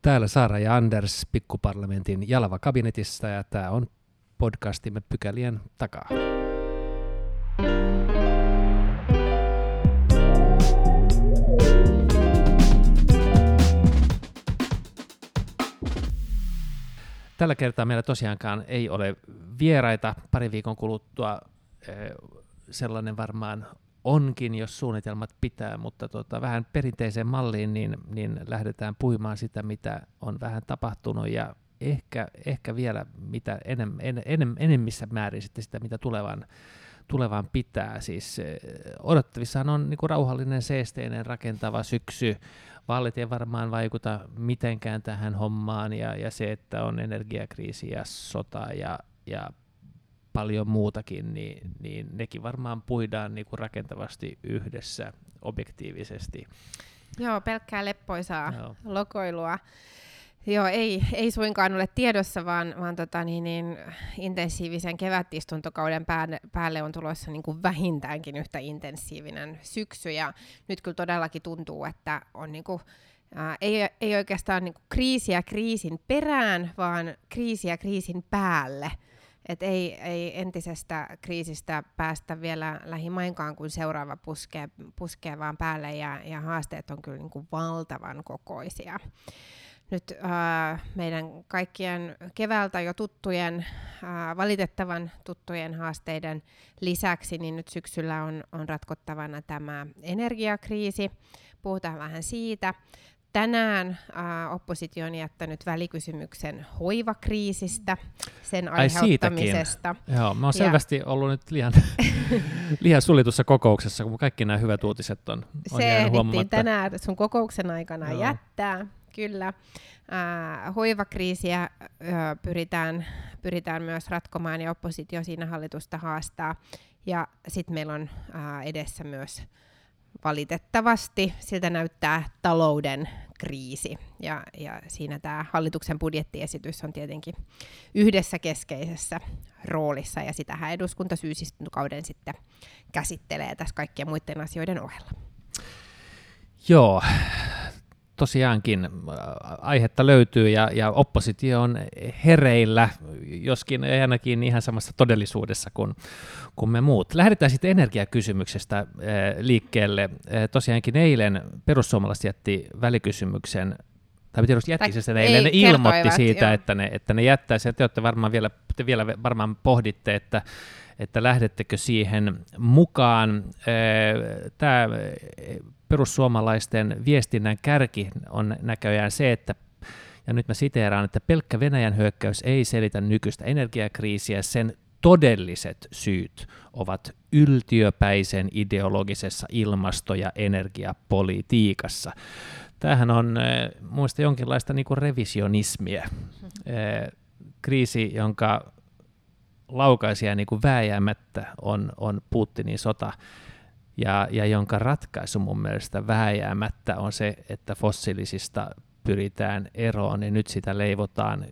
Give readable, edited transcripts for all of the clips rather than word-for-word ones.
Täällä Saara ja Anders Pikkuparlamentin Jalava-kabinetissa ja tämä on podcastimme Pykälien takaa. Tällä kertaa meillä tosiaankaan ei ole vieraita. Pari viikon kuluttua sellainen varmaan onkin, jos suunnitelmat pitää, mutta vähän perinteiseen malliin niin lähdetään puimaan sitä, mitä on vähän tapahtunut ja ehkä vielä mitä enemmissä määrin sitten sitä, mitä tulevaan pitää. Siis odottavissaan on niin kuin rauhallinen, seesteinen, rakentava syksy. Vaalit ei varmaan vaikuta mitenkään tähän hommaan ja se, että on energiakriisi ja sota ja paljon muutakin, niin nekin varmaan puidaan niin kuin rakentavasti yhdessä objektiivisesti. Joo, pelkkää leppoisaa lokoilua. Joo, ei suinkaan ole tiedossa, vaan intensiivisen kevätistuntokauden päälle on tulossa niin kuin vähintäänkin yhtä intensiivinen syksy. Ja nyt kyllä todellakin tuntuu, että on niin kuin, ei oikeastaan niin kuin kriisiä kriisin perään, vaan kriisiä kriisin päälle. Et ei entisestä kriisistä päästä vielä lähimainkaan, kun seuraava puskee vaan päälle ja haasteet on kyllä niin kuin valtavan kokoisia. Nyt meidän kaikkien keväältä jo tuttujen, valitettavan tuttujen haasteiden lisäksi, niin nyt syksyllä on ratkottavana tämä energiakriisi. Puhutaan vähän siitä. Tänään oppositio on jättänyt välikysymyksen hoivakriisistä, sen aiheuttamisesta. Joo, mä oon selvästi ollut nyt liian sulitussa kokouksessa, kun kaikki nämä hyvät uutiset on jäänyt huomaamatta. Tänään sun kokouksen aikana jättää, kyllä. Hoivakriisiä pyritään myös ratkomaan ja oppositio siinä hallitusta haastaa. Ja sitten meillä on edessä myös valitettavasti siltä näyttää talouden kriisi, ja siinä tämä hallituksen budjettiesitys on tietenkin yhdessä keskeisessä roolissa, ja sitähän eduskunta syysistuntokauden sitten käsittelee tässä kaikkien muiden asioiden ohella. Joo, tosiaankin aihetta löytyy ja oppositio on hereillä, joskin ei ainakin ihan samassa todellisuudessa kuin me muut. Lähdetään sitten energiakysymyksestä liikkeelle. Tosiaankin eilen perussuomalaiset jätti välikysymyksen, tai ne ilmoitti siitä, että ne jättää sen. Te vielä varmaan pohditte, että lähdettekö siihen mukaan. Tämä perussuomalaisten viestinnän kärki on näköjään se, että, ja nyt mä siteeraan, että pelkkä Venäjän hyökkäys ei selitä nykyistä energiakriisiä, sen todelliset syyt ovat yltiöpäisen ideologisessa ilmasto- ja energiapolitiikassa. Tämähän on muista jonkinlaista niin kuin revisionismia. Kriisi, jonka laukaisija niin kuin vääjäämättä on Putinin sota, ja jonka ratkaisu mun mielestä vääjäämättä on se, että fossiilisista pyritään eroon, niin nyt sitä leivotaan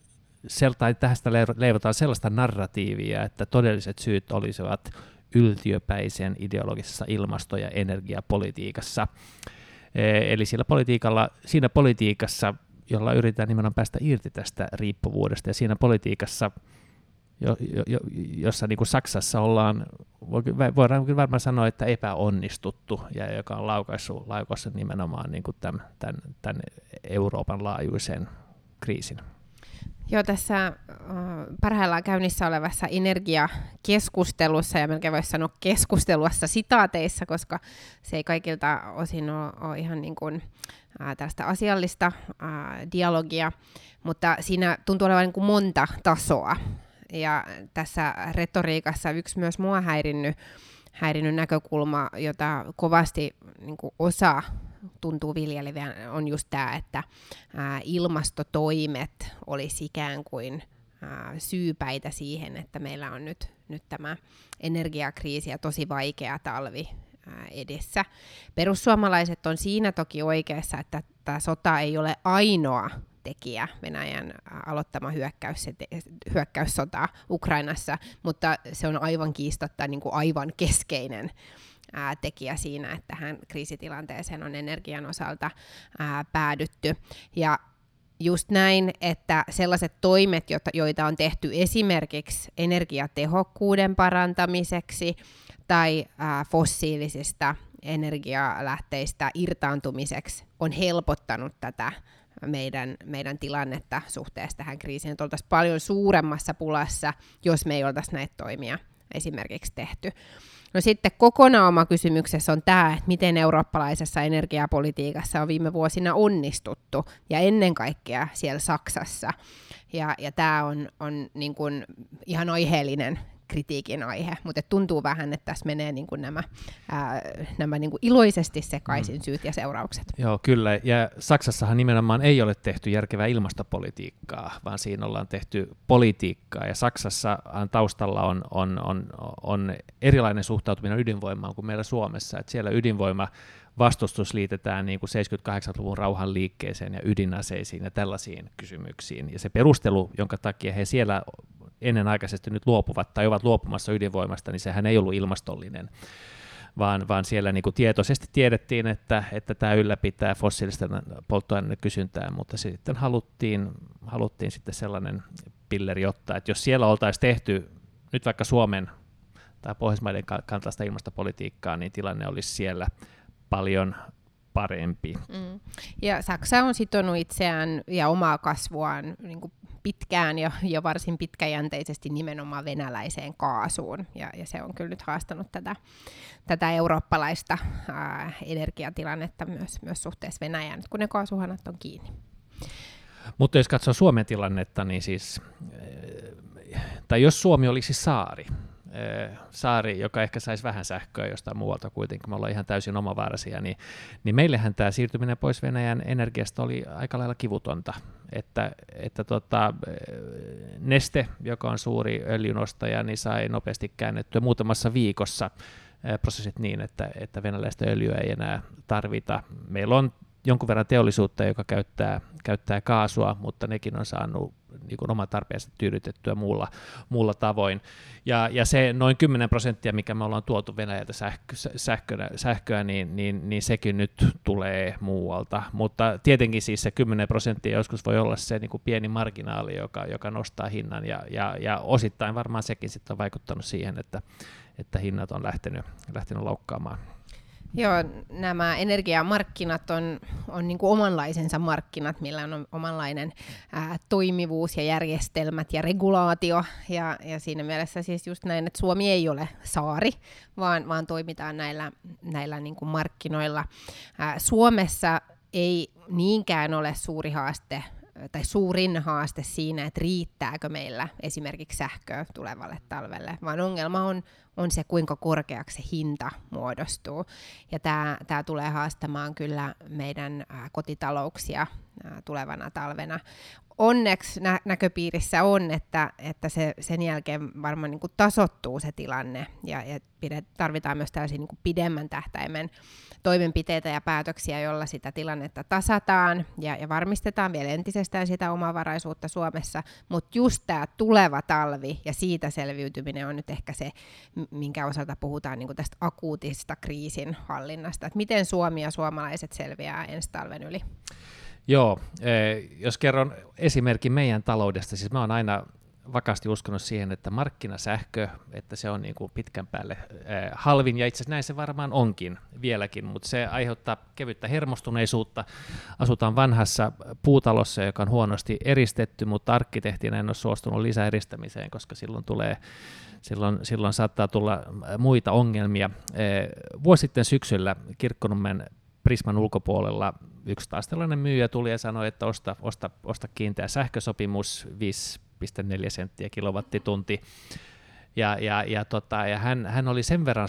sellaista narratiivia, että todelliset syyt olisivat yltiöpäisen ideologisessa ilmasto- ja energiapolitiikassa. Eli siinä politiikassa, jolla yritetään nimenomaan päästä irti tästä riippuvuudesta, ja siinä politiikassa, jossa niin kuin Saksassa voidaan kyllä varmaan sanoa, että epäonnistuttu, ja joka on laukaissut nimenomaan niin kuin tämän Euroopan laajuisen kriisin. Joo, tässä parhaillaan käynnissä olevassa energiakeskustelussa, ja melkein voisi sanoa keskustelussa sitaateissa, koska se ei kaikilta osin ole ihan niin kuin tällaista asiallista dialogia, mutta siinä tuntuu olevan niin kuin monta tasoa. Ja tässä retoriikassa yksi myös mua häirinnyt näkökulma, jota kovasti niin kuin osa tuntuu viljelevän, on just tämä, että ilmastotoimet olisi ikään kuin syypäitä siihen, että meillä on nyt tämä energiakriisi ja tosi vaikea talvi edessä. Perussuomalaiset on siinä toki oikeassa, että tämä sota ei ole ainoa tekijä Venäjän aloittama hyökkäyssota Ukrainassa, mutta se on aivan kiistatta niin kuin aivan keskeinen tekijä siinä, että tähän kriisitilanteeseen on energian osalta päädytty. Ja just näin, että sellaiset toimet, joita on tehty esimerkiksi energiatehokkuuden parantamiseksi tai fossiilisista energialähteistä irtaantumiseksi, on helpottanut tätä meidän tilannetta suhteessa tähän kriisiin, että oltaisiin paljon suuremmassa pulassa, jos me ei oltaisi näitä toimia esimerkiksi tehty. No sitten kokonaan oma kysymyksessä on tämä, että miten eurooppalaisessa energiapolitiikassa on viime vuosina onnistuttu, ja ennen kaikkea siellä Saksassa. Ja tämä on niin kuin ihan aiheellinen kritiikin aihe, mutta tuntuu vähän, että tässä menee niin kuin nämä niin kuin iloisesti sekaisin syyt ja seuraukset. Joo, kyllä. Ja Saksassahan nimenomaan ei ole tehty järkevää ilmastopolitiikkaa, vaan siinä ollaan tehty politiikkaa. Ja Saksassa taustalla on erilainen suhtautuminen ydinvoimaan kuin meillä Suomessa. Että siellä ydinvoima vastustus liitetään niin kuin 78-luvun rauhan liikkeeseen ja ydinaseisiin ja tällaisiin kysymyksiin. Ja se perustelu, jonka takia he siellä ennenaikaisesti nyt luopuvat tai ovat luopumassa ydinvoimasta, niin sehän ei ollut ilmastollinen, vaan siellä niin kuin tietoisesti tiedettiin, että tämä ylläpitää fossiilisten polttoaineiden kysyntää, mutta sitten haluttiin sitten sellainen pilleri ottaa, että jos siellä oltaisiin tehty nyt vaikka Suomen tai Pohjoismaiden kaltaista ilmastopolitiikkaa, niin tilanne olisi siellä paljon parempi. Ja Saksa on sitonut itseään ja omaa kasvuaan niin kuin pitkään ja varsin pitkäjänteisesti nimenomaan venäläiseen kaasuun, ja se on kyllä nyt haastanut tätä eurooppalaista energiatilannetta myös suhteessa Venäjään, nyt kun ne kaasuhanat on kiinni. Mutta jos katsoo Suomen tilannetta, niin siis, tai jos Suomi olisi saari, joka ehkä saisi vähän sähköä jostain muualta kuitenkin, me ollaan ihan täysin omavaraisia, niin meillähän tämä siirtyminen pois Venäjän energiasta oli aika lailla kivutonta, että Neste, joka on suuri öljynostaja, niin sai nopeasti käännettyä muutamassa viikossa prosessit niin, että venäläistä öljyä ei enää tarvita. Meillä on jonkun verran teollisuutta, joka käyttää kaasua, mutta nekin on saanut niin kuin oman tarpeensa tyydytettyä muulla tavoin. Ja se noin 10%, mikä me ollaan tuotu Venäjältä sähköä, niin sekin nyt tulee muualta. Mutta tietenkin siis se 10% joskus voi olla se niin kuin pieni marginaali, joka nostaa hinnan, ja osittain varmaan sekin sitten on vaikuttanut siihen, että hinnat on lähtenyt laukkaamaan. Joo, nämä energiamarkkinat on niin kuin omanlaisensa markkinat, millä on omanlainen toimivuus ja järjestelmät ja regulaatio, ja siinä mielessä siis just näin, että Suomi ei ole saari, vaan toimitaan näillä niin kuin markkinoilla. Suomessa ei niinkään ole suuri haaste tai suurin haaste siinä, että riittääkö meillä esimerkiksi sähköä tulevalle talvelle, vaan ongelma on se, kuinka korkeaksi se hinta muodostuu. Ja tämä tulee haastamaan kyllä meidän kotitalouksia tulevana talvena. Onneksi näköpiirissä on, että sen jälkeen varmaan niin kuin tasoittuu se tilanne, ja tarvitaan myös tällaisia niin kuin pidemmän tähtäimen toimenpiteitä ja päätöksiä, joilla sitä tilannetta tasataan ja varmistetaan vielä entisestään sitä omavaraisuutta Suomessa, mutta just tämä tuleva talvi ja siitä selviytyminen on nyt ehkä se, minkä osalta puhutaan niin kuin tästä akuutista kriisin hallinnasta, että miten Suomi ja suomalaiset selviää ensi talven yli. Joo, jos kerron esimerkin meidän taloudesta, siis mä oon aina vakaasti uskonut siihen, että markkinasähkö, että se on niin kuin pitkän päälle halvin, ja itse asiassa näin se varmaan onkin vieläkin, mutta se aiheuttaa kevyttä hermostuneisuutta. Asutaan vanhassa puutalossa, joka on huonosti eristetty, mutta arkkitehtina en ole suostunut lisäeristämiseen, koska silloin saattaa tulla muita ongelmia. Vuosi sitten syksyllä Kirkkonummen Prisman ulkopuolella yksi taas tällainen myyjä tuli ja sanoi, että osta kiinteä sähkösopimus 5,4 senttiä kilowattitunti. Ja hän oli sen verran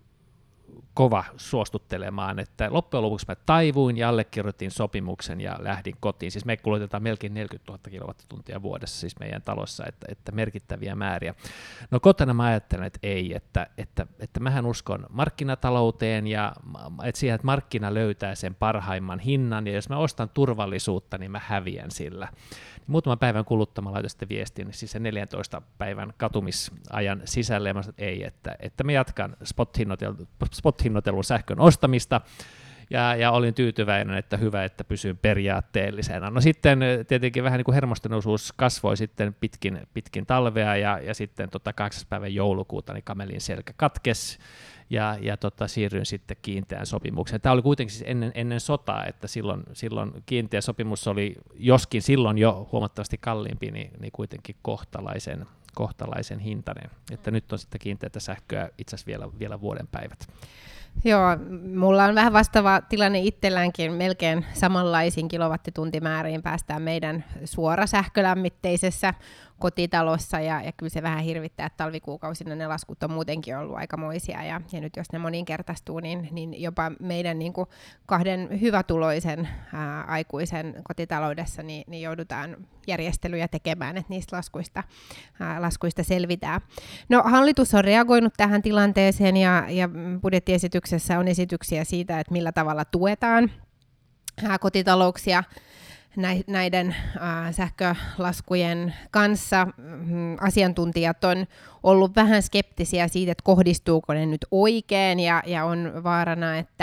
kova suostuttelemaan, että loppujen lopuksi mä taivuin ja allekirjoitin sopimuksen ja lähdin kotiin. Siis me kulutetaan melkein 40 000 kilowattituntia vuodessa siis meidän talossa, että merkittäviä määriä. No kotona mä ajattelen, että ei, että mähän uskon markkinatalouteen ja että siihen, että markkina löytää sen parhaimman hinnan, ja jos mä ostan turvallisuutta, niin mä häviän sillä. Muutaman päivän kuluttua mä laitoin sitten viestin, siis se 14 päivän katumisajan sisälle, ja mä sanoin, että ei, että mä jatkan spot-hinnoitelun sähkön ostamista, ja olin tyytyväinen, että hyvä, että pysyn periaatteellisena. No sitten tietenkin vähän niin kuin hermostuneisuus kasvoi sitten pitkin talvea, ja sitten 8. päivä joulukuuta niin kamelin selkä katkesi, ja siirryin sitten kiinteään sopimukseen. Tämä oli kuitenkin siis ennen sotaa, että silloin kiinteä sopimus oli, joskin silloin jo huomattavasti kalliimpi, niin kuitenkin kohtalaisen hintainen. Että nyt on sitten kiinteätä sähköä itse asiassa vielä vuoden päivät. Joo, mulla on vähän vastaava tilanne itselläänkin, melkein samanlaisiin kilowattituntimääriin päästään meidän suorasähkölämmitteisessä kotitalossa, ja kyllä se vähän hirvittää, että talvikuukausina ne laskut on muutenkin ollut aikamoisia, ja nyt jos ne moninkertaistuu, niin jopa meidän niin kuin 2 hyvätuloisen aikuisen kotitaloudessa niin joudutaan järjestelyjä tekemään, että niistä laskuista selvitään. No, hallitus on reagoinut tähän tilanteeseen, ja budjettiesityksessä on esityksiä siitä, että millä tavalla tuetaan kotitalouksia näiden sähkölaskujen kanssa. Asiantuntijat on ollut vähän skeptisiä siitä, että kohdistuuko ne nyt oikein, ja on vaarana,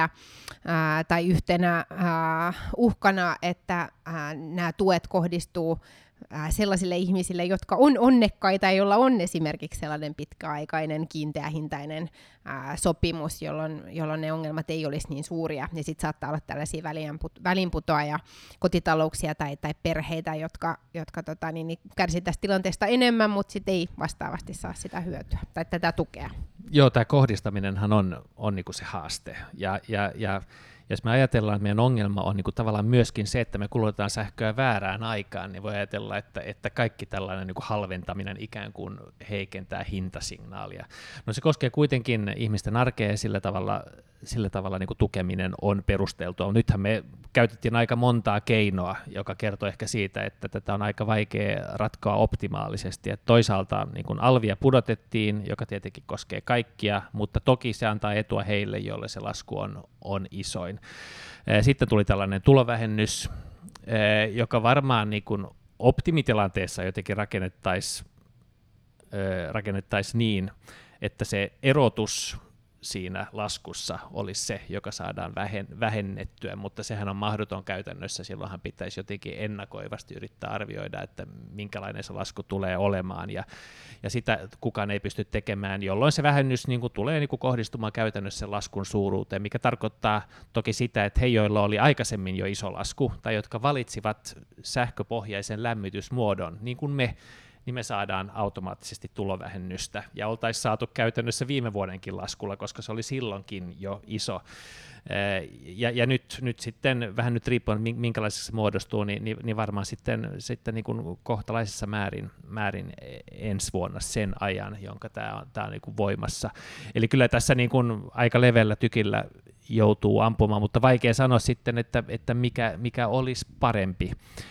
tai yhtenä uhkana, että nämä tuet kohdistuu sellaisille ihmisille, jotka on onnekkaita, joilla on esimerkiksi sellainen pitkäaikainen kiinteähintainen sopimus, jolloin ne ongelmat ei olisi niin suuria. Ja sitten saattaa olla tällaisia väliinputoajia kotitalouksia tai perheitä, jotka kärsivät tästä tilanteesta enemmän, mutta sitten ei vastaavasti saa sitä hyötyä tai tätä tukea. Joo, tämä kohdistaminenhan on niinku se haaste. Ja jos me ajatellaan, että meidän ongelma on niinku tavallaan myöskin se, että me kulutetaan sähköä väärään aikaan, niin voi ajatella, että kaikki tällainen niinku halventaminen ikään kuin heikentää hintasignaalia. No se koskee kuitenkin ihmisten arkea, ja sillä tavalla niinku tukeminen on perusteltua. Nythän me käytettiin aika montaa keinoa, joka kertoo ehkä siitä, että tätä on aika vaikea ratkoa optimaalisesti. Et toisaalta niin kun alvia pudotettiin, joka tietenkin koskee kaikkia, mutta toki se antaa etua heille, joille se lasku on isoin. Sitten tuli tällainen tulovähennys, joka varmaan niin kun optimitilanteessa jotenkin rakennettaisiin niin, että se erotus siinä laskussa olisi se, joka saadaan vähennettyä, mutta sehän on mahdoton käytännössä. Silloinhan pitäisi jotenkin ennakoivasti yrittää arvioida, että minkälainen se lasku tulee olemaan, ja sitä kukaan ei pysty tekemään, jolloin se vähennys niin kuin tulee niin kuin kohdistumaan käytännössä sen laskun suuruuteen, mikä tarkoittaa toki sitä, että he, joilla oli aikaisemmin jo iso lasku, tai jotka valitsivat sähköpohjaisen lämmitysmuodon, niin kuin niin me saadaan automaattisesti tulovähennystä, ja oltaisiin saatu käytännössä viime vuodenkin laskulla, koska se oli silloinkin jo iso. Ja nyt sitten, vähän nyt riippuen minkälaisessa se muodostuu, niin varmaan sitten niin kuin kohtalaisessa määrin ensi vuonna sen ajan, jonka tämä on niin kuin voimassa. Eli kyllä tässä niin kuin aika leveällä tykillä joutuu ampumaan, mutta vaikea sanoa sitten, että mikä olisi parempi.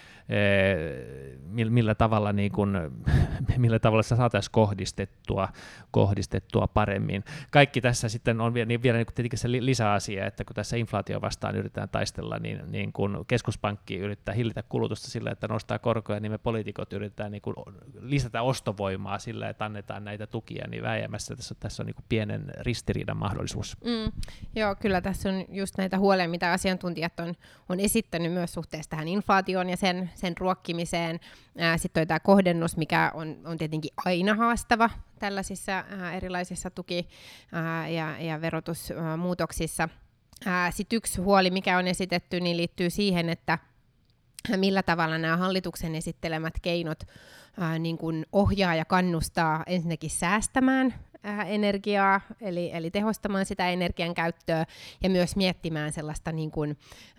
Millä tavalla se saataisiin kohdistettua paremmin. Kaikki tässä sitten on vielä niin tietenkin se lisäasia, että kun tässä inflaatio vastaan yritetään taistella, niin kun keskuspankki yrittää hillitä kulutusta sillä, että nostaa korkoja, niin me poliitikot yritetään niin kuin lisätä ostovoimaa sillä, että annetaan näitä tukia, niin vääjäämässä tässä on niin kuin pienen ristiriidan mahdollisuus. Joo, kyllä tässä on just näitä huolia, mitä asiantuntijat on esittänyt myös suhteessa tähän inflaatioon ja sen ruokkimiseen. Sitten tämä kohdennus, mikä on tietenkin aina haastava tällaisissa erilaisissa tuki- ja verotusmuutoksissa. Sitten yksi huoli, mikä on esitetty, niin liittyy siihen, että millä tavalla nämä hallituksen esittelemät keinot niin kuin ohjaa ja kannustaa ensinnäkin säästämään energiaa, eli tehostamaan sitä energian käyttöä, ja myös miettimään sellaista niin kuin,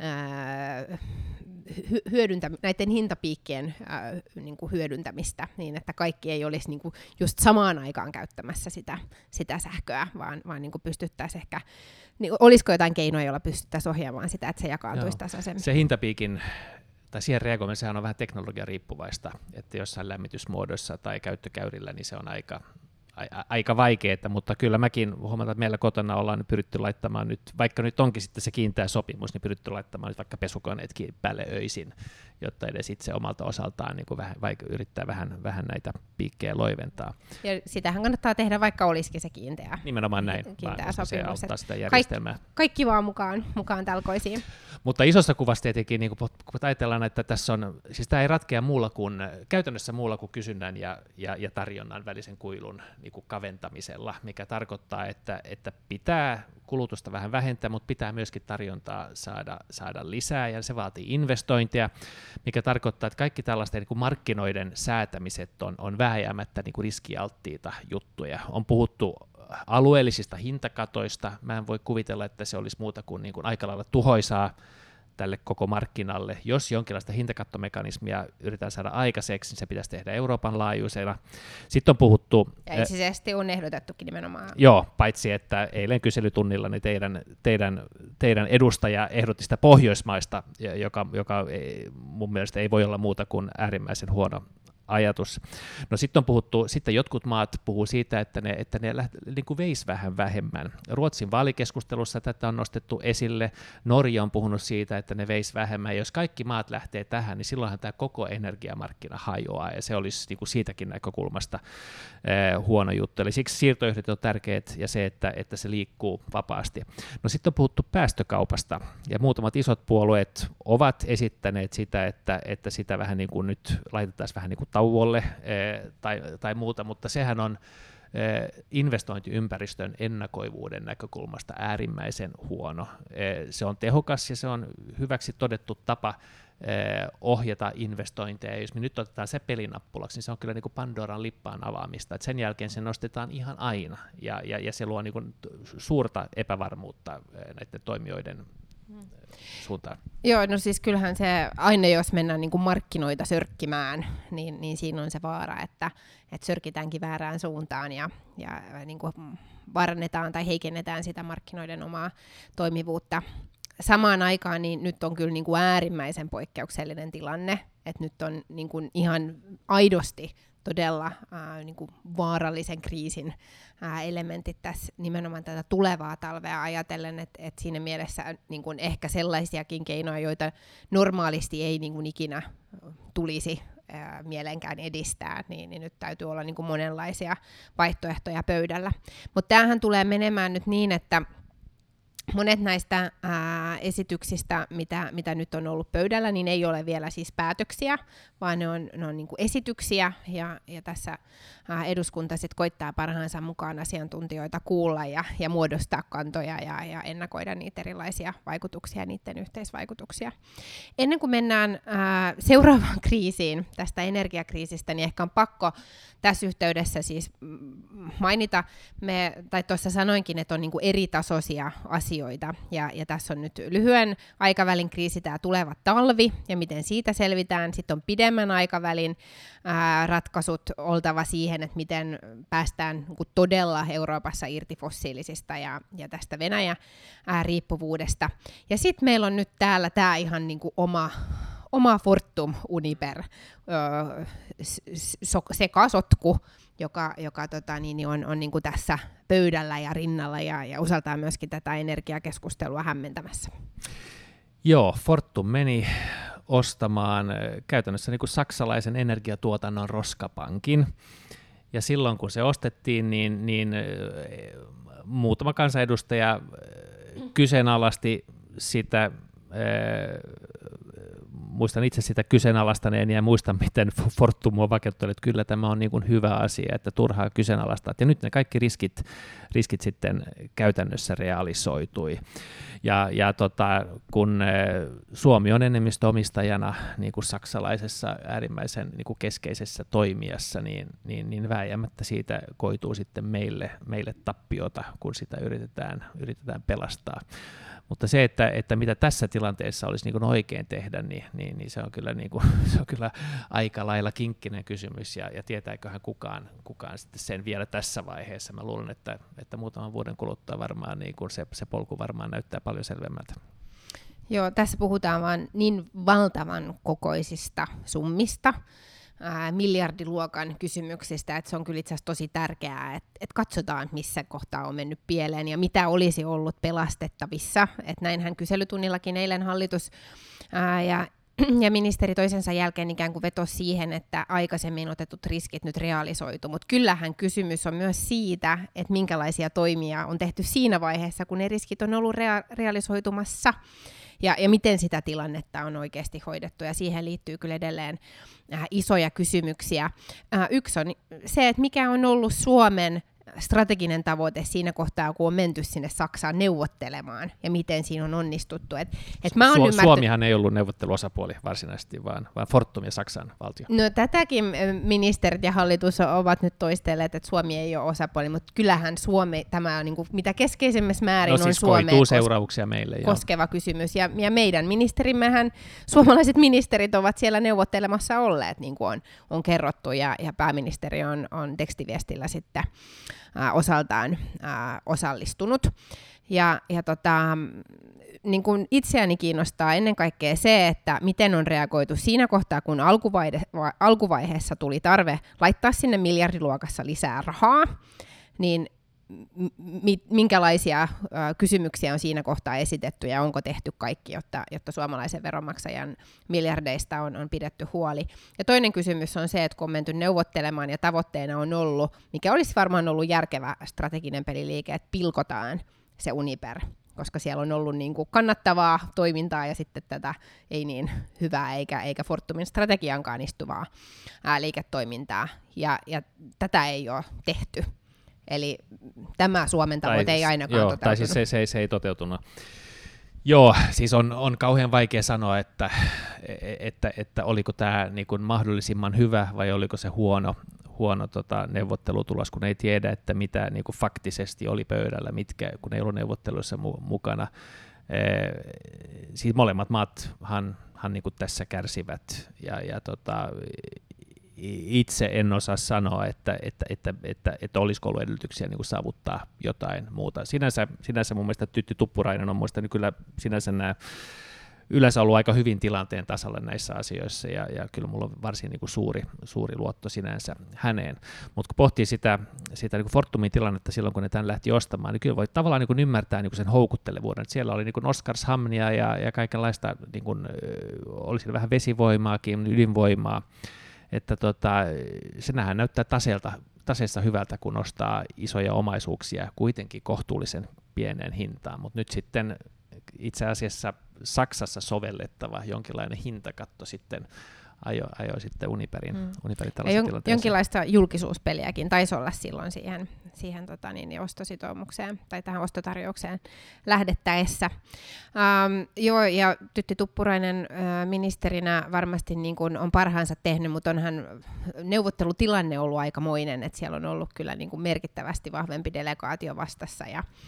näiden hintapiikkien niin kuin hyödyntämistä, niin että kaikki ei olisi niin kuin just samaan aikaan käyttämässä sitä sähköä, vaan niin kuin pystyttäisiin ehkä, niin olisiko jotain keinoja, joilla pystyttäisiin ohjaamaan sitä, että se jakaantuisi tasaisemmin. Se hintapiikin tai siihen reagoiminen, sehän on vähän teknologiariippuvaista, että jossain lämmitysmuodossa tai käyttökäyrillä, niin se on aika vaikeaa, mutta kyllä mäkin huomataan, että meillä kotona ollaan pyritty laittamaan nyt, vaikka nyt onkin sitten se kiinteä sopimus, niin pyritty laittamaan nyt vaikka pesukoneetkin päälle öisin, jotta edes itse omalta osaltaan niin kuin yrittää vähän näitä piikkejä loiventaa. Ja sitähän kannattaa tehdä, vaikka olisikin se kiinteä. Nimenomaan näin, kiinteä sopimus. Se auttaa sitä järjestelmää. Kaikki vaan mukaan talkoisiin. Mutta isossa kuvassa tietenkin, niin kun ajatellaan, että tässä on, siis tämä ei ratkea käytännössä muulla kuin kysynnän ja tarjonnan välisen kuilun niin kuin kaventamisella, mikä tarkoittaa, että pitää kulutusta vähän vähentää, mutta pitää myöskin tarjontaa saada lisää, ja se vaatii investointeja, mikä tarkoittaa, että kaikki tällaisten niin kuin markkinoiden säätämiset on vääjäämättä niin kuin riskialttiita juttuja. On puhuttu alueellisista hintakatoista. Mä en voi kuvitella, että se olisi muuta kuin aika lailla tuhoisaa tälle koko markkinalle. Jos jonkinlaista hintakattomekanismia yritetään saada aikaiseksi, niin se pitäisi tehdä Euroopan laajuisena. Sitten on puhuttu... Ja ensisijaisesti on ehdotettukin nimenomaan. Joo, paitsi että eilen kyselytunnilla niin teidän edustaja ehdotti sitä Pohjoismaista, joka mun mielestä ei voi olla muuta kuin äärimmäisen huono ajatus. No sitten on puhuttu, sitten jotkut maat puhuu siitä, että ne niin kuin veisi vähän vähemmän. Ruotsin vaalikeskustelussa tätä on nostettu esille. Norja on puhunut siitä, että ne veisi vähemmän. Ja jos kaikki maat lähtee tähän, niin silloinhan tämä koko energiamarkkina hajoaa, ja se olisi niin kuin siitäkin näkökulmasta huono juttu. Eli siksi siirtoyhtiöt on tärkeät, ja se, että se liikkuu vapaasti. No sitten on puhuttu päästökaupasta, ja muutamat isot puolueet ovat esittäneet sitä, että sitä vähän niin kuin nyt laitetaan vähän niin kuin tauolle tai muuta, mutta sehän on investointiympäristön ennakoivuuden näkökulmasta äärimmäisen huono. Se on tehokas ja se on hyväksi todettu tapa ohjata investointeja. Jos me nyt otetaan se pelinappulaksi, niin se on kyllä niin kuin Pandoran lippaan avaamista. Et sen jälkeen se nostetaan ihan aina, ja se luo niin kuin suurta epävarmuutta näiden toimijoiden suuntaan. Joo, no siis kyllähän se aina, jos mennään niin kuin markkinoita sörkkimään, niin siinä on se vaara, että sörkitäänkin väärään suuntaan ja niin kuin vaarannetaan tai heikennetään sitä markkinoiden omaa toimivuutta. Samaan aikaan niin nyt on kyllä niin kuin äärimmäisen poikkeuksellinen tilanne, että nyt on niin kuin ihan aidosti todella niin kuin vaarallisen kriisin elementit tässä nimenomaan tätä tulevaa talvea ajatellen, että siinä mielessä niin kuin ehkä sellaisiakin keinoja, joita normaalisti ei niin kuin ikinä tulisi mielenkään edistää, niin nyt täytyy olla niin kuin monenlaisia vaihtoehtoja pöydällä. Mutta tämähän tulee menemään nyt niin, että monet näistä esityksistä, mitä nyt on ollut pöydällä, niin ei ole vielä siis päätöksiä, vaan ne on niin kuin esityksiä, ja tässä eduskunta sit koittaa parhaansa mukaan asiantuntijoita kuulla ja muodostaa kantoja ja ennakoida niitä erilaisia vaikutuksia ja niiden yhteisvaikutuksia. Ennen kuin mennään seuraavaan kriisiin, tästä energiakriisistä, niin ehkä on pakko tässä yhteydessä siis mainita, tai tuossa sanoinkin, että on niin kuin eritasoisia asioita, ja tässä on nyt lyhyen aikavälin kriisi, tämä tuleva talvi, ja miten siitä selvitään. Sitten on pidemmän aikavälin ratkaisut oltava siihen, että miten päästään niin kuin todella Euroopassa irti fossiilisista ja tästä Venäjä-riippuvuudesta. Ja sitten meillä on nyt täällä tämä ihan niin kuin oma Fortum Uniper sekasotku, joka on niin kuin tässä pöydällä ja rinnalla ja osaltaan myöskin tätä energiakeskustelua hämmentämässä. Joo, Fortum meni ostamaan käytännössä niin kuin saksalaisen energiatuotannon roskapankin, ja silloin kun se ostettiin, niin muutama kansanedustaja kyseenalaisti sitä, muistan itse sitä kyseenalaistaneen ja muistan, miten Fortum on vakuuttanut, että kyllä tämä on niin kuin hyvä asia, että turhaa kyseenalaistaa. Ja nyt ne kaikki riskit sitten käytännössä realisoitui. Ja kun Suomi on enemmistöomistajana niin kuin saksalaisessa äärimmäisen niin kuin keskeisessä toimijassa, niin vääjäämättä siitä koituu sitten meille tappiota, kun sitä yritetään pelastaa. Mutta se, että mitä tässä tilanteessa olisi niin kuin oikein tehdä, niin se on kyllä, se on kyllä aika lailla kinkkinen kysymys, ja tietääköhän kukaan sitten sen vielä tässä vaiheessa. Mä luulen, että muutaman vuoden kuluttua varmaan niin kuin se polku varmaan näyttää paljon selvemmältä. Joo, tässä puhutaan vaan niin valtavan kokoisista summista, miljardiluokan kysymyksistä, että se on kyllä itse asiassa tosi tärkeää, että katsotaan, missä kohtaa on mennyt pieleen ja mitä olisi ollut pelastettavissa. Että näinhän kyselytunnillakin eilen hallitus ja ministeri toisensa jälkeen ikään kuin vetosi siihen, että aikaisemmin otetut riskit nyt realisoitu, mutta kyllähän kysymys on myös siitä, että minkälaisia toimia on tehty siinä vaiheessa, kun ne riskit on ollut realisoitumassa. Ja miten sitä tilannetta on oikeasti hoidettu, ja siihen liittyy kyllä edelleen isoja kysymyksiä. Yksi on se, että mikä on ollut Suomen strateginen tavoite siinä kohtaa, kun on menty sinne Saksaan neuvottelemaan, ja miten siinä on onnistuttu. Suomihan ei ollut neuvotteluosapuoli varsinaisesti, vaan Fortum ja Saksan valtio. No tätäkin ministerit ja hallitus ovat nyt toistelleet, että Suomi ei ole osapuoli, mutta kyllähän Suomi, tämä on niin kuin, mitä keskeisemmässä määrin siis on Suomeen seurauksia meille, koskeva kysymys. Ja meidän ministerimmehän, suomalaiset ministerit ovat siellä neuvottelemassa olleet, niin kuin on kerrottu, ja pääministeri on tekstiviestillä sitten osaltaan osallistunut. Niin kuin itseäni kiinnostaa ennen kaikkea se, että miten on reagoitu siinä kohtaa, kun alkuvaiheessa tuli tarve laittaa sinne miljardiluokassa lisää rahaa, niin minkälaisia kysymyksiä on siinä kohtaa esitetty ja onko tehty kaikki, jotta suomalaisen veronmaksajan miljardeista on pidetty huoli. Ja toinen kysymys on se, että kun on menty neuvottelemaan ja tavoitteena on ollut, mikä olisi varmaan ollut järkevä strateginen peliliike, että pilkotaan se Uniper, koska siellä on ollut niin kuin kannattavaa toimintaa ja sitten tätä ei niin hyvää eikä Fortumin strategiankaan istuvaa liiketoimintaa, ja tätä ei ole tehty. Eli tämä Suomen tavoite ei ainakaan toteutunut. Tai siis se ei toteutunut. Joo, siis on kauhean vaikea sanoa, että oliko tämä niin kuin mahdollisimman hyvä vai oliko se huono neuvottelutulos, kun ei tiedä, että mitä niin kuin faktisesti oli pöydällä, kun ei ollut neuvotteluissa mukana. Siis molemmat maathan niin kuin tässä kärsivät, ja itse en osaa sanoa, että olisiko ollut edellytyksiä niin kuin saavuttaa jotain muuta. Sinänsä mun mielestä Tytti Tuppurainen on muistani kyllä sinänsä yleensä ollut aika hyvin tilanteen tasalla näissä asioissa, ja kyllä mulla on varsin niin kuin suuri luotto sinänsä häneen. Mutta kun pohtii sitä niin kuin Fortumin tilannetta silloin, kun ne tämän lähti ostamaan, niin kyllä voi tavallaan niin kuin ymmärtää niin kuin sen houkuttelevuuden. Et siellä oli niin kuin Oskarshamnia ja kaikenlaista, niin kuin, oli siellä vähän vesivoimaakin, ydinvoimaa, että senähän näyttää taseessa hyvältä, kun ostaa isoja omaisuuksia kuitenkin kohtuullisen pieneen hintaan, mutta nyt sitten itse asiassa Saksassa sovellettava jonkinlainen hintakatto sitten ajoi sitten Uniperin tällaisen tilanteeseen. Jonkinlaista julkisuuspeliäkin taisi olla silloin siihen ostositoumukseen tai tähän ostotarjoukseen lähdettäessä. Joo, ja Tytti Tuppurainen ministerinä varmasti niin kuin on parhaansa tehnyt, mutta onhan neuvottelutilanne ollut aikamoinen, että siellä on ollut kyllä niin kuin merkittävästi vahvempi delegaatio vastassa.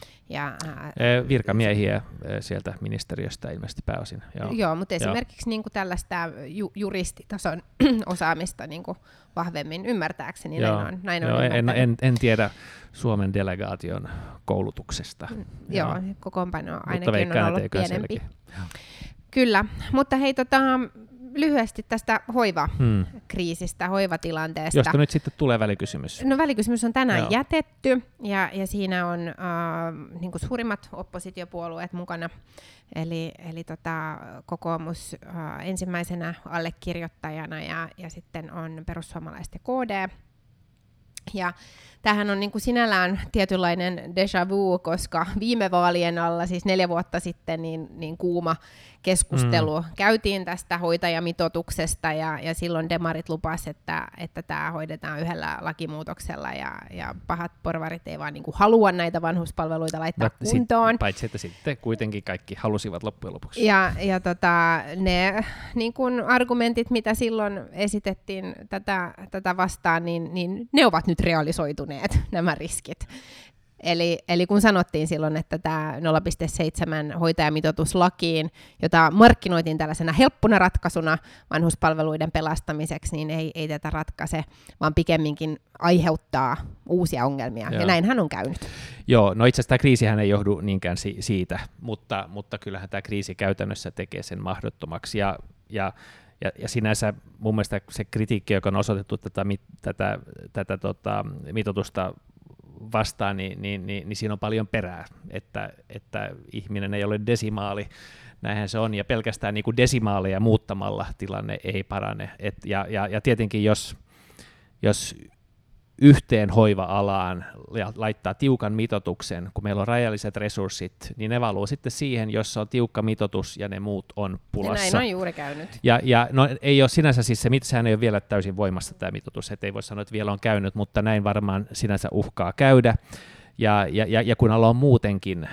Virkamiehiä sieltä ministeriöstä ilmeisesti pääosin. Joo, mutta esimerkiksi niin kuin tällaista juristitason osaamista niin kuin vahvemmin ymmärtääkseni. Näin on en tiedä Suomen delegaation koulutuksesta. Joo, kokoonpano ainakin on ollut pienempi. Kyllä, mutta hei, lyhyesti tästä hoivakriisistä, hoivatilanteesta. Josta nyt sitten tulee välikysymys. No välikysymys on tänään jätetty, ja siinä on niin kuin suurimmat oppositiopuolueet mukana, eli kokoomus ensimmäisenä allekirjoittajana, ja sitten on perussuomalaiset ja KD. Ja tämähän on niin kuin sinällään tietynlainen déjà vu, koska viime vaalien alla, siis 4 vuotta sitten, niin kuuma keskustelu käytiin tästä hoitajamitoituksesta, ja silloin demarit lupasivat, että tämä hoidetaan yhdellä lakimuutoksella, ja pahat porvarit ei vaan niin kuin halua näitä vanhuspalveluita laittaa kuntoon. Paitsi että sitten kuitenkin kaikki halusivat loppujen lopuksi. Ja ne niin kuin argumentit, mitä silloin esitettiin tätä vastaan, niin ne ovat nyt realisoituneet, nämä riskit. Eli kun sanottiin silloin, että tämä 0,7 hoitajamitoitus lakiin, jota markkinoitiin tällaisena helppona ratkaisuna vanhuspalveluiden pelastamiseksi, niin ei tätä ratkaise, vaan pikemminkin aiheuttaa uusia ongelmia. Joo. Ja näinhän on käynyt. Joo, no itse asiassa tämä kriisihän ei johdu niinkään siitä, mutta kyllähän tämä kriisi käytännössä tekee sen mahdottomaksi. Ja sinänsä mun mielestä se kritiikki, joka on osoitettu tätä mitoitusta vastaan, niin siinä on paljon perää, että ihminen ei ole desimaali, näinhän se on, ja pelkästään niin kuin desimaaleja muuttamalla tilanne ei parane. Ja tietenkin jos yhteen hoiva-alaan laittaa tiukan mitoituksen, kun meillä on rajalliset resurssit, niin ne valuu sitten siihen, jossa on tiukka mitoitus ja ne muut on pulassa. Ja näin on juuri käynyt. Ja no, ei ole sinänsä siis sehän ei ole vielä täysin voimassa tämä mitoitus, että ei voi sanoa, että vielä on käynyt, mutta näin varmaan sinänsä uhkaa käydä. Ja kun ala on muutenkin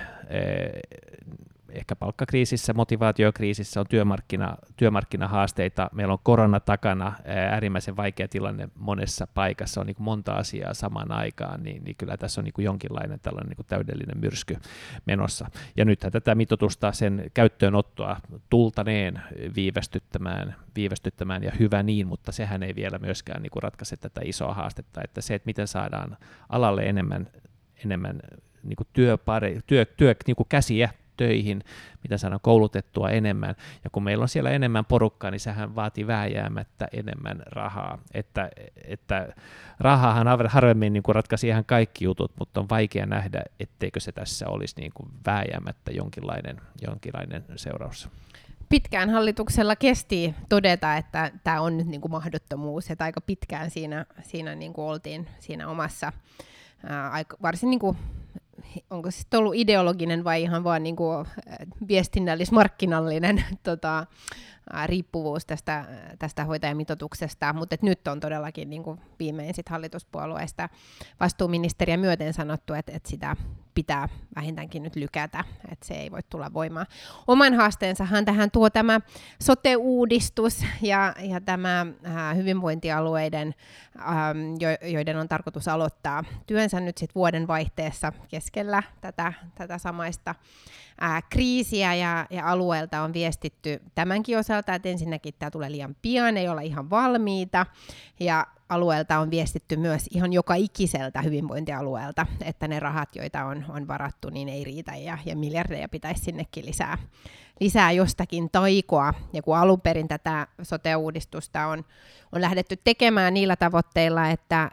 ehkä palkkakriisissä, motivaatiokriisissä, on työmarkkinahaasteita, meillä on korona takana, äärimmäisen vaikea tilanne monessa paikassa, on niin kuin monta asiaa samaan aikaan, niin kyllä tässä on niin kuin jonkinlainen tällainen niin kuin täydellinen myrsky menossa. Ja nythän tätä mitoitusta, sen käyttöönottoa tultaneen viivästyttämään ja hyvä niin, mutta sehän ei vielä myöskään niin kuin ratkaise tätä isoa haastetta, että se, että miten saadaan alalle enemmän niin kuin niin kuin käsiä töihin, mitä saadaan koulutettua enemmän, ja kun meillä on siellä enemmän porukkaa, niin sehän vaatii vääjäämättä enemmän rahaa, että rahaahan harvemmin niin kuin ratkaisi ihan kaikki jutut, mutta on vaikea nähdä, etteikö se tässä olisi niin kuin vääjäämättä jonkinlainen seuraus. Pitkään hallituksella kesti todeta, että tämä on nyt niin kuin mahdottomuus, että aika pitkään siinä niin kuin oltiin siinä omassa, varsin niin kuin, onko se ollut ideologinen vai ihan vaan niin kuin viestinnällis-markkinallinen riippuvuus tästä hoitajamitoituksesta, mutta nyt on todellakin niin kuin viimein sit hallituspuolueista vastuuministeriä myöten sanottu, että sitä pitää vähintäänkin nyt lykätä, että se ei voi tulla voimaan. Oman haasteensahan tähän tuo tämä sote-uudistus ja tämä hyvinvointialueiden, joiden on tarkoitus aloittaa työnsä nyt sit vuoden vaihteessa keskellä tätä samaista kriisiä ja alueelta on viestitty tämänkin osalta, että ensinnäkin tämä tulee liian pian, ei olla ihan valmiita, ja alueelta on viestitty myös ihan joka ikiseltä hyvinvointialueelta, että ne rahat, joita on varattu, niin ei riitä, ja miljardeja pitäisi sinnekin lisää jostakin taikoa, ja kun alun perin tätä sote-uudistusta on lähdetty tekemään niillä tavoitteilla, että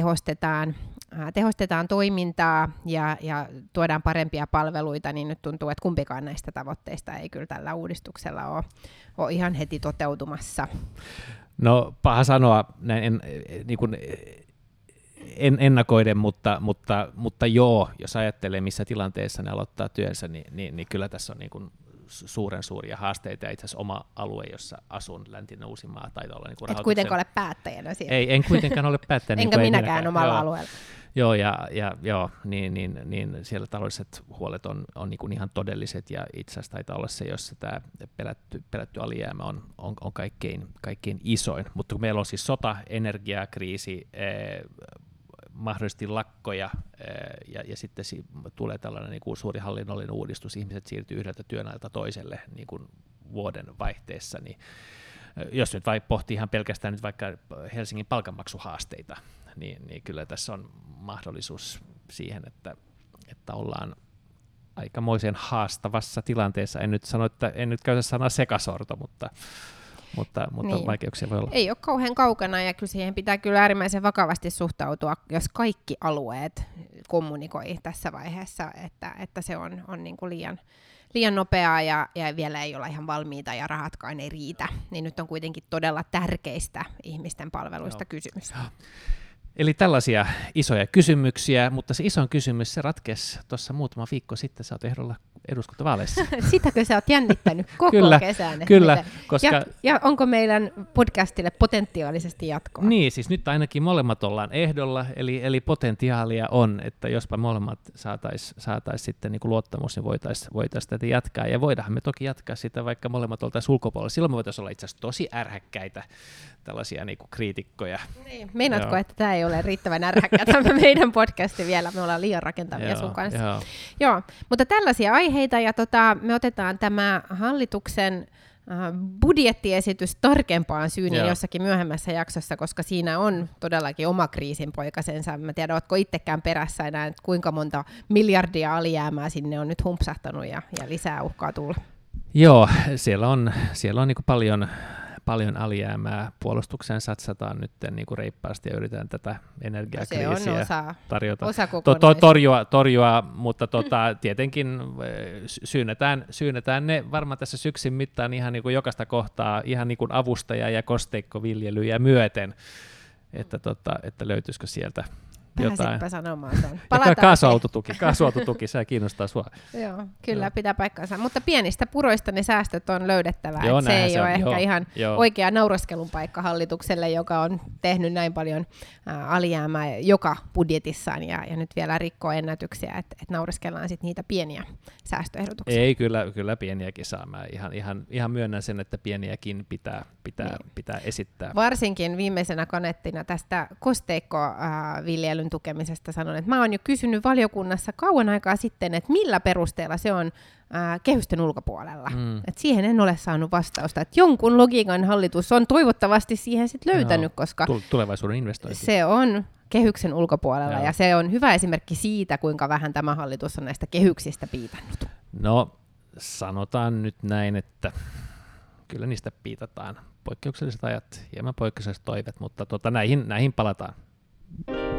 tehostetaan toimintaa ja tuodaan parempia palveluita, niin nyt tuntuu, että kumpikaan näistä tavoitteista ei kyllä tällä uudistuksella ole ihan heti toteutumassa. No paha sanoa näin niin kuin ennakoiden, mutta joo, jos ajattelee missä tilanteessa ne aloittaa työnsä, niin kyllä tässä on niin kuin suuria haasteita, ja itse asiassa oma alue, jossa asun, Läntinen Uusimaa, taitaa olla niin kuin et kuitenkaan ole päättäjänä siellä. En kuitenkaan ole päättäjänä. Enkä minäkään omalla alueella. Joo, niin siellä taloudelliset huolet on niin kuin ihan todelliset, ja itse asiassa taitaa olla se, jossa tämä pelätty alijäämä on kaikkein isoin. Mutta kun meillä on siis sota, energiakriisi, mahdollisesti lakkoja, ja sitten tulee tällainen niin kuin suuri hallinnollinen uudistus, ihmiset siirtyy yhdeltä työnantajalta toiselle niin kuin vuoden vaihteessa, niin jos nyt pohtii ihan pelkästään nyt vaikka Helsingin palkanmaksuhaasteita, niin kyllä tässä on mahdollisuus siihen, että ollaan aikamoisen haastavassa tilanteessa. En nyt käytä sanaa sekasorto, mutta niin. Vaikeuksia voi olla. Ei ole kauhean kaukana, ja kyllä siihen pitää kyllä äärimmäisen vakavasti suhtautua, jos kaikki alueet kommunikoi tässä vaiheessa, että se on niin kuin liian nopeaa ja vielä ei olla ihan valmiita ja rahatkaan ei riitä, niin nyt on kuitenkin todella tärkeistä ihmisten palveluista kysymys. Eli tällaisia isoja kysymyksiä, mutta se isoin kysymys, se ratkesi tuossa muutama viikko sitten, sä oot ehdolla eduskuntavaaleissa. Sitäkö sä oot jännittänyt koko kesän? Kyllä, koska... Ja onko meidän podcastille potentiaalisesti jatkoa? Niin, siis nyt ainakin molemmat ollaan ehdolla, eli potentiaalia on, että jospa molemmat saataisiin sitten niin kuin luottamus, niin voitaisiin tätä jatkaa, ja voidaanhan me toki jatkaa sitä, vaikka molemmat oltaisiin ulkopuolella. Silloin me voitaisiin olla itse asiassa tosi ärhäkkäitä tällaisia niin kuin kriitikkoja. Niin, meinaatko, että tämä ei ole riittävän ärhäkkä tämä meidän podcasti vielä? Me ollaan liian rakentavia sun kanssa. Joo, mutta tällaisia aiheita, ja me otetaan tämä hallituksen budjettiesitys tarkempaan syyniin jossakin myöhemmässä jaksossa, koska siinä on todellakin oma kriisinpoikasensa. Mä tiedän, ootko itsekään perässä enää, että kuinka monta miljardia alijäämää sinne on nyt humpsahtanut ja lisää uhkaa tulla. Joo, siellä on niin kuin paljon alijäämää, puolustukseen satsataan nyt niin kuin reippaasti ja yritetään tätä energiakriisiä tarjota. Torjua, mutta tietenkin syynetään ne varmaan tässä syksyn mittaan ihan niin kuin jokaista kohtaa, ihan niin kuin avustaja- ja kosteikkoviljelyjä myöten, että löytyisikö sieltä jotain. Pääsitpä sanomaan tuon. Kaasuautotuki, se kiinnostaa sua. Joo, kyllä pitää paikkansa. Mutta pienistä puroista ne säästöt on löydettävää. Joo, se ei ole ehkä ihan oikea nauraskelun paikka hallitukselle, joka on tehnyt näin paljon alijäämää joka budjetissaan ja nyt vielä rikkoo ennätyksiä, että nauraskellaan sitten niitä pieniä säästöehdotuksia. Ei, kyllä pieniäkin saa. Mä ihan myönnän sen, että pieniäkin pitää esittää. Varsinkin viimeisenä kanettina tästä kosteikkoviljelyn tukemisesta sanon, että mä oon jo kysynyt valiokunnassa kauan aikaa sitten, että millä perusteella se on kehysten ulkopuolella. Et siihen en ole saanut vastausta. Et jonkun logiikan hallitus on toivottavasti siihen sit löytänyt, koska tulevaisuuden investointi. Se on kehyksen ulkopuolella ja se on hyvä esimerkki siitä, kuinka vähän tämä hallitus on näistä kehyksistä piitannut. No, sanotaan nyt näin, että kyllä niistä piitataan. Poikkeukselliset ajat, hieman poikkeukselliset toiveet, mutta näihin palataan.